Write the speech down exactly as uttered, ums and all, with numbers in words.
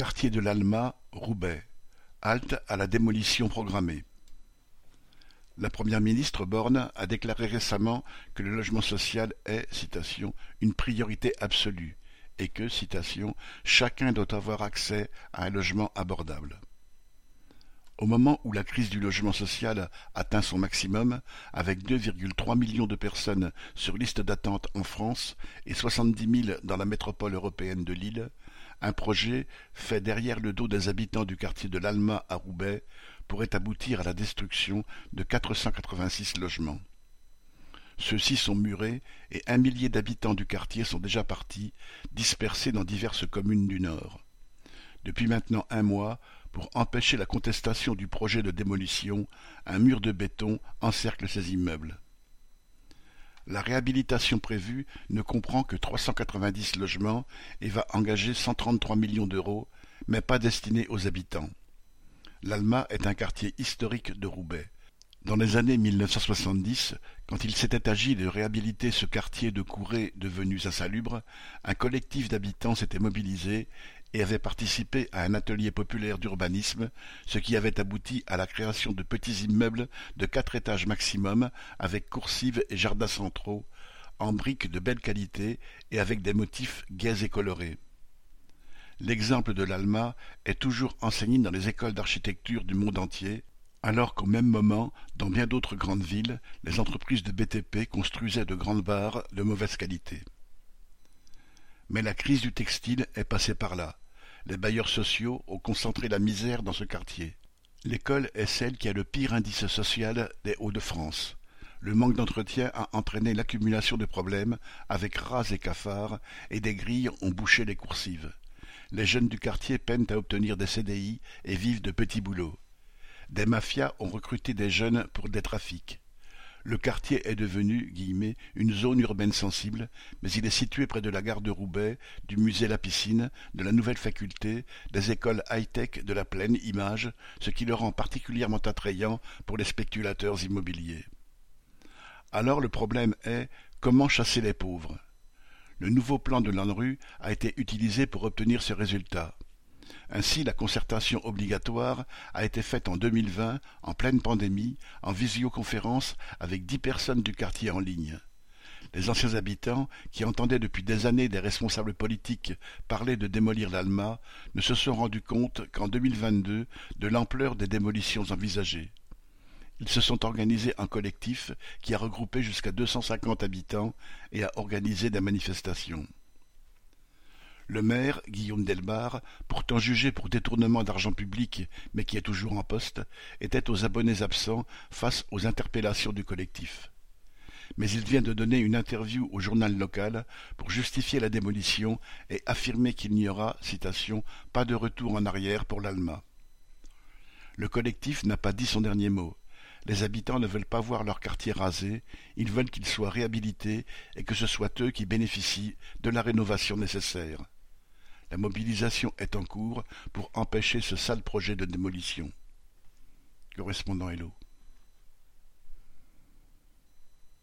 Quartier de l'Alma, Roubaix. Halte à la démolition programmée. La première ministre Borne a déclaré récemment que le logement social est, citation, une priorité absolue et que, citation, chacun doit avoir accès à un logement abordable. Au moment où la crise du logement social atteint son maximum, avec deux virgule trois millions de personnes sur liste d'attente en France et soixante-dix mille dans la métropole européenne de Lille, un projet, fait derrière le dos des habitants du quartier de l'Alma à Roubaix, pourrait aboutir à la destruction de quatre cent quatre-vingt-six logements. Ceux-ci sont murés et un millier d'habitants du quartier sont déjà partis, dispersés dans diverses communes du Nord. Depuis maintenant un mois, pour empêcher la contestation du projet de démolition, un mur de béton encercle ces immeubles. La réhabilitation prévue ne comprend que trois cent quatre-vingt-dix logements et va engager cent trente-trois millions d'euros, mais pas destinés aux habitants. L'Alma est un quartier historique de Roubaix. Dans les années mille neuf cent soixante-dix, quand il s'était agi de réhabiliter ce quartier de courées devenu insalubre, un collectif d'habitants s'était mobilisé et avait participé à un atelier populaire d'urbanisme, ce qui avait abouti à la création de petits immeubles de quatre étages maximum, avec coursives et jardins centraux, en briques de belle qualité et avec des motifs gais et colorés. L'exemple de l'Alma est toujours enseigné dans les écoles d'architecture du monde entier, alors qu'au même moment, dans bien d'autres grandes villes, les entreprises de B T P construisaient de grandes barres de mauvaise qualité. Mais la crise du textile est passée par là. Les bailleurs sociaux ont concentré la misère dans ce quartier. L'école est celle qui a le pire indice social des Hauts-de-France. Le manque d'entretien a entraîné l'accumulation de problèmes avec rats et cafards, et des grilles ont bouché les coursives. Les jeunes du quartier peinent à obtenir des C D I et vivent de petits boulots. Des mafias ont recruté des jeunes pour des trafics. Le quartier est devenu, guillemets, une zone urbaine sensible, mais il est situé près de la gare de Roubaix, du musée La Piscine, de la nouvelle faculté, des écoles high-tech de la Plaine Image, ce qui le rend particulièrement attrayant pour les spéculateurs immobiliers. Alors le problème est, comment chasser les pauvres? Le nouveau plan de l'ANRU a été utilisé pour obtenir ce résultat. Ainsi, la concertation obligatoire a été faite en deux mille vingt, en pleine pandémie, en visioconférence avec dix personnes du quartier en ligne. Les anciens habitants, qui entendaient depuis des années des responsables politiques parler de démolir l'Alma, ne se sont rendus compte qu'en deux mille vingt-deux de l'ampleur des démolitions envisagées. Ils se sont organisés en collectif qui a regroupé jusqu'à deux cent cinquante habitants et a organisé des manifestations. Le maire, Guillaume Delbar, pourtant jugé pour détournement d'argent public, mais qui est toujours en poste, était aux abonnés absents face aux interpellations du collectif. Mais il vient de donner une interview au journal local pour justifier la démolition et affirmer qu'il n'y aura, citation, pas de retour en arrière pour l'Alma. Le collectif n'a pas dit son dernier mot. Les habitants ne veulent pas voir leur quartier rasé, ils veulent qu'il soit réhabilité et que ce soit eux qui bénéficient de la rénovation nécessaire. La mobilisation est en cours pour empêcher ce sale projet de démolition. Correspondant Hello.